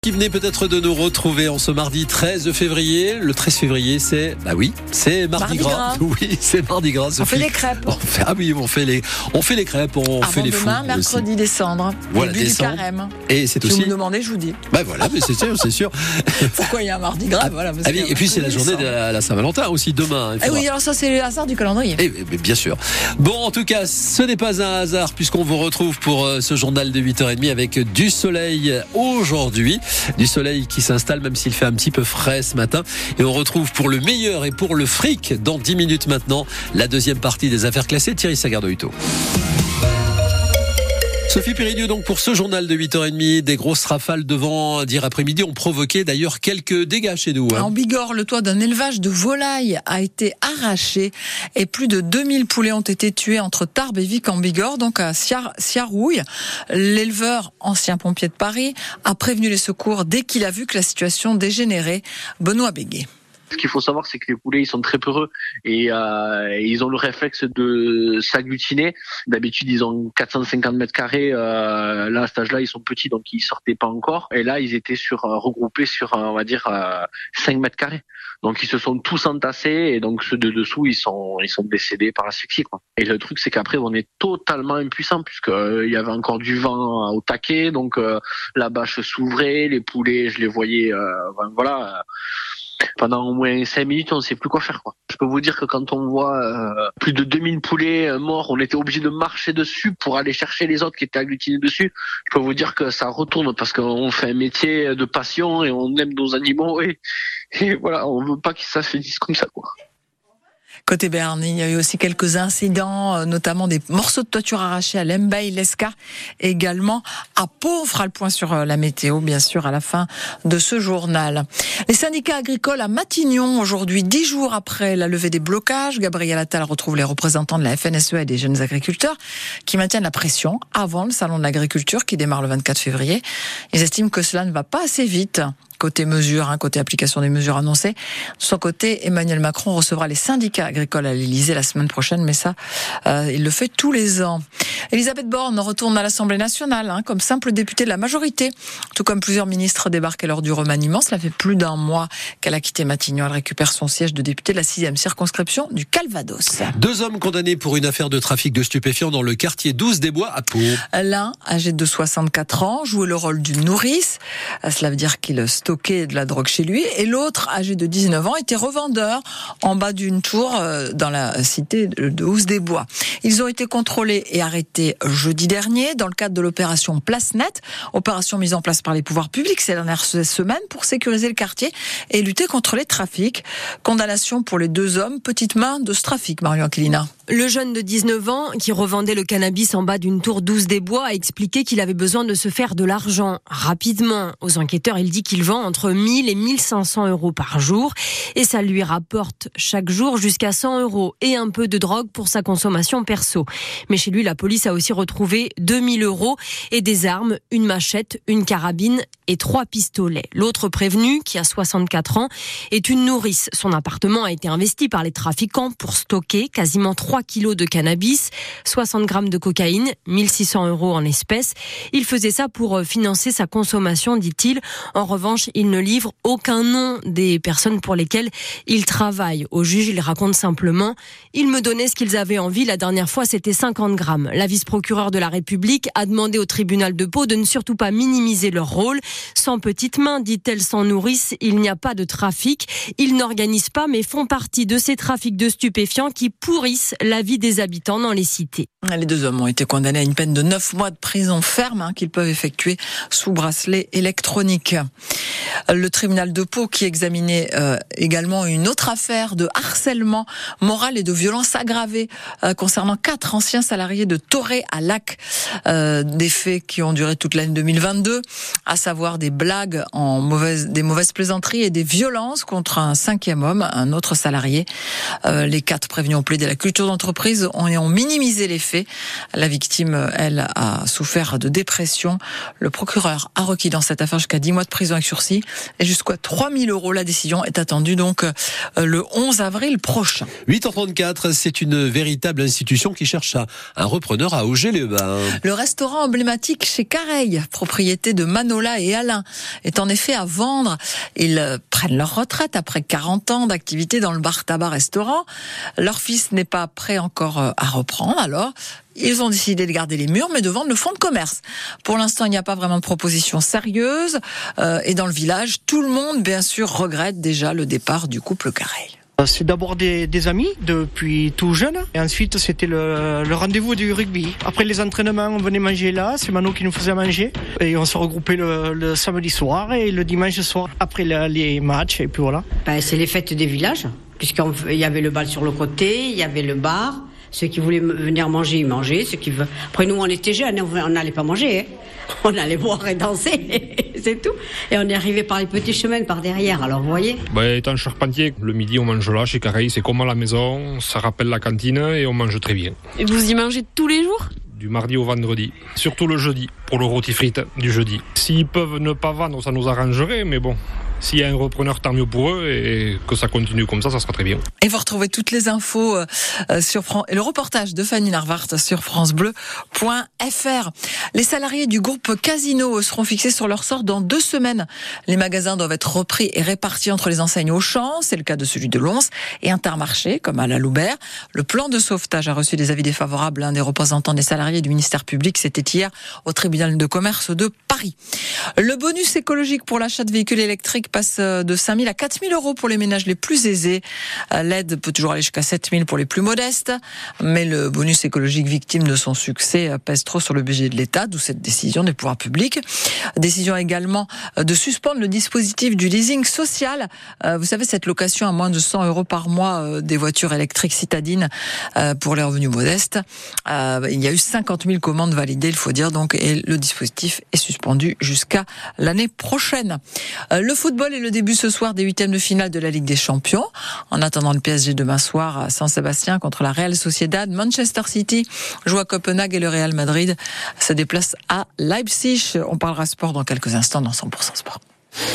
Qui venait peut-être de nous retrouver en ce mardi 13 février. Le 13 février, c'est mardi gras. Oui, c'est mardi gras. On fait les crêpes. On fait les crêpes, on fait les fous. Demain, mercredi des cendres. Voilà, début des du cendres. carême. Et c'est Si aussi. vous me demandez, je vous dis. Voilà, mais c'est sûr. Pourquoi il y a un mardi gras? Voilà. Et puis c'est la journée de la Saint-Valentin aussi demain. Oui, alors ça c'est le hasard du calendrier. Mais bien sûr. Bon, en tout cas, ce n'est pas un hasard puisqu'on vous retrouve pour ce journal de 8h30 avec du soleil aujourd'hui. Du soleil qui s'installe même s'il fait un petit peu frais ce matin. Et on retrouve pour le meilleur et pour le fric dans 10 minutes maintenant la deuxième partie des affaires classées. Thierry Sagardo-Huto. Sophie Périlieu, donc, pour ce journal de 8h30, des grosses rafales de vent d'hier après-midi ont provoqué d'ailleurs quelques dégâts chez nous. En Bigorre, le toit d'un élevage de volailles a été arraché et plus de 2000 poulets ont été tués entre Tarbes et Vic en Bigorre, donc à Ciarouille. L'éleveur, ancien pompier de Paris, a prévenu les secours dès qu'il a vu que la situation dégénérait. Benoît Béguet. Ce qu'il faut savoir, c'est que les poulets, ils sont très peureux et ils ont le réflexe de s'agglutiner. D'habitude, ils ont 450 mètres carrés. Là, à cet âge-là, ils sont petits, donc ils sortaient pas encore. Et là, ils étaient regroupés sur, on va dire, 5 mètres carrés. Donc, ils se sont tous entassés et donc ceux de dessous, ils sont décédés par asphyxie, quoi. Et le truc, c'est qu'après, on est totalement impuissant puisque il y avait encore du vent au taquet, donc la bâche s'ouvrait, les poulets, je les voyais, voilà. Pendant au moins 5 minutes, on ne sait plus quoi faire, quoi. Je peux vous dire que quand on voit plus de 2000 poulets morts, on était obligé de marcher dessus pour aller chercher les autres qui étaient agglutinés dessus. Je peux vous dire que ça retourne parce qu'on fait un métier de passion et on aime nos animaux et voilà, on veut pas que ça se finisse comme ça, quoi. Côté Berne, il y a eu aussi quelques incidents, notamment des morceaux de toiture arrachés à Lembaye-Lescar, également à Pau. On fera le point sur la météo, bien sûr, à la fin de ce journal. Les syndicats agricoles à Matignon, aujourd'hui, 10 jours après la levée des blocages, Gabriel Attal retrouve les représentants de la FNSEA et des jeunes agriculteurs qui maintiennent la pression avant le salon de l'agriculture qui démarre le 24 février. Ils estiment que cela ne va pas assez vite. Côté mesures, côté application des mesures annoncées. De son côté, Emmanuel Macron recevra les syndicats agricoles à l'Élysée la semaine prochaine, mais ça, il le fait tous les ans. Elisabeth Borne retourne à l'Assemblée nationale, comme simple députée de la majorité. Tout comme plusieurs ministres débarqués lors du remaniement. Cela fait plus d'un mois qu'elle a quitté Matignon. Elle récupère son siège de députée de la 6e circonscription du Calvados. 2 hommes condamnés pour une affaire de trafic de stupéfiants dans le quartier 12 des Bois à Pau. L'un, âgé de 64 ans, jouait le rôle d'une nourrice. Cela veut dire qu'il stockait de la drogue chez lui. Et l'autre, âgé de 19 ans, était revendeur en bas d'une tour dans la cité de Housse des Bois. Ils ont été contrôlés et arrêtés jeudi dernier dans le cadre de l'opération Place Nette, opération mise en place par les pouvoirs publics ces dernières semaines pour sécuriser le quartier et lutter contre les trafics. Condamnation pour les 2 hommes, petite main de ce trafic, Marion Aquilina. Le jeune de 19 ans, qui revendait le cannabis en bas d'une tour 12 des Bois, a expliqué qu'il avait besoin de se faire de l'argent rapidement. Aux enquêteurs, il dit qu'il vend entre 1000 et 1500 euros par jour et ça lui rapporte chaque jour jusqu'à 100 euros et un peu de drogue pour sa consommation perso. Mais chez lui, la police a aussi retrouvé 2000 euros et des armes, une machette, une carabine et 3 pistolets. L'autre prévenu, qui a 64 ans, est une nourrice. Son appartement a été investi par les trafiquants pour stocker quasiment 3 kilos de cannabis, 60 grammes de cocaïne, 1600 euros en espèces. Il faisait ça pour financer sa consommation, dit-il. En revanche, il ne livre aucun nom des personnes pour lesquelles il travaille. Au juge, il raconte simplement « Ils me donnaient ce qu'ils avaient envie. La dernière fois, c'était 50 grammes. » La vice-procureure de la République a demandé au tribunal de Pau de ne surtout pas minimiser leur rôle. Sans petite main, dit-elle, sans nourrice, il n'y a pas de trafic. Ils n'organisent pas, mais font partie de ces trafics de stupéfiants qui pourrissent la vie des habitants dans les cités. Les 2 hommes ont été condamnés à une peine de 9 mois de prison ferme qu'ils peuvent effectuer sous bracelet électronique. Le tribunal de Pau qui examinait également une autre affaire de harcèlement moral et de violence aggravée concernant 4 anciens salariés de Toré à Lac. Des faits qui ont duré toute l'année 2022, à savoir des blagues des mauvaises plaisanteries et des violences contre un 5e homme, un autre salarié. Les 4 prévenus ont plaidé la culture d'entreprise et ont minimisé les faits. La victime, elle, a souffert de dépression. Le procureur a requis dans cette affaire jusqu'à 10 mois de prison avec sursis. et jusqu'à 3 000 €. La décision est attendue donc le 11 avril prochain. 8h34, c'est une véritable institution qui cherche un repreneur à Auger-les-Bains. Le restaurant emblématique chez Careil, propriété de Manola et Alain, est en effet à vendre. Ils prennent leur retraite après 40 ans d'activité dans le bar tabac restaurant. Leur fils n'est pas prêt encore à reprendre, alors ils ont décidé de garder les murs, mais de vendre le fonds de commerce. Pour l'instant, il n'y a pas vraiment de proposition sérieuse. Et dans le village, tout le monde, bien sûr, regrette déjà le départ du couple Careil. C'est d'abord des amis depuis tout jeune. Et ensuite, c'était le rendez-vous du rugby. Après les entraînements, on venait manger là. C'est Mano qui nous faisait manger. Et on se regroupait le samedi soir et le dimanche soir après les matchs. Et puis voilà. C'est les fêtes des villages. Puisqu'il y avait le bal sur le côté, il y avait le bar. Ceux qui voulaient venir manger, ils mangeaient. Après, nous, on était jeunes, on n'allait pas manger. Hein. On allait boire et danser, c'est tout. Et on est arrivé par les petits chemins, par derrière. Alors, vous voyez. Étant charpentier, le midi, on mange là, chez Careil. C'est comme à la maison, ça rappelle la cantine et on mange très bien. Et vous y mangez tous les jours ? Du mardi au vendredi. Surtout le jeudi, pour le rôti frites du jeudi. S'ils peuvent ne pas vendre, ça nous arrangerait, mais bon... S'il y a un repreneur, tant mieux pour eux et que ça continue comme ça sera très bien. Et vous retrouvez toutes les infos sur et le reportage de Fanny Narvart sur francebleu.fr. Les salariés du groupe Casino seront fixés sur leur sort dans 2 semaines. Les magasins doivent être repris et répartis entre les enseignes Auchan, c'est le cas de celui de Lons, et Intermarché, comme à la Loubert. Le plan de sauvetage a reçu des avis défavorables. L'un des représentants des salariés du ministère public, c'était hier au tribunal de commerce de Paris. Le bonus écologique pour l'achat de véhicules électriques passe de 5 000 à 4 000 € pour les ménages les plus aisés. L'aide peut toujours aller jusqu'à 7 000 pour les plus modestes, mais le bonus écologique victime de son succès pèse trop sur le budget de l'État, d'où cette décision des pouvoirs publics. Décision également de suspendre le dispositif du leasing social. Vous savez, cette location à moins de 100 € par mois des voitures électriques citadines pour les revenus modestes. Il y a eu 50 000 commandes validées, il faut dire, donc, et le dispositif est suspendu jusqu'à l'année prochaine. Le football et le début ce soir des 8e de finale de la Ligue des Champions. En attendant le PSG demain soir à San-Sébastien contre la Real Sociedad, Manchester City joue à Copenhague et le Real Madrid se déplace à Leipzig. On parlera sport dans quelques instants dans 100% Sport.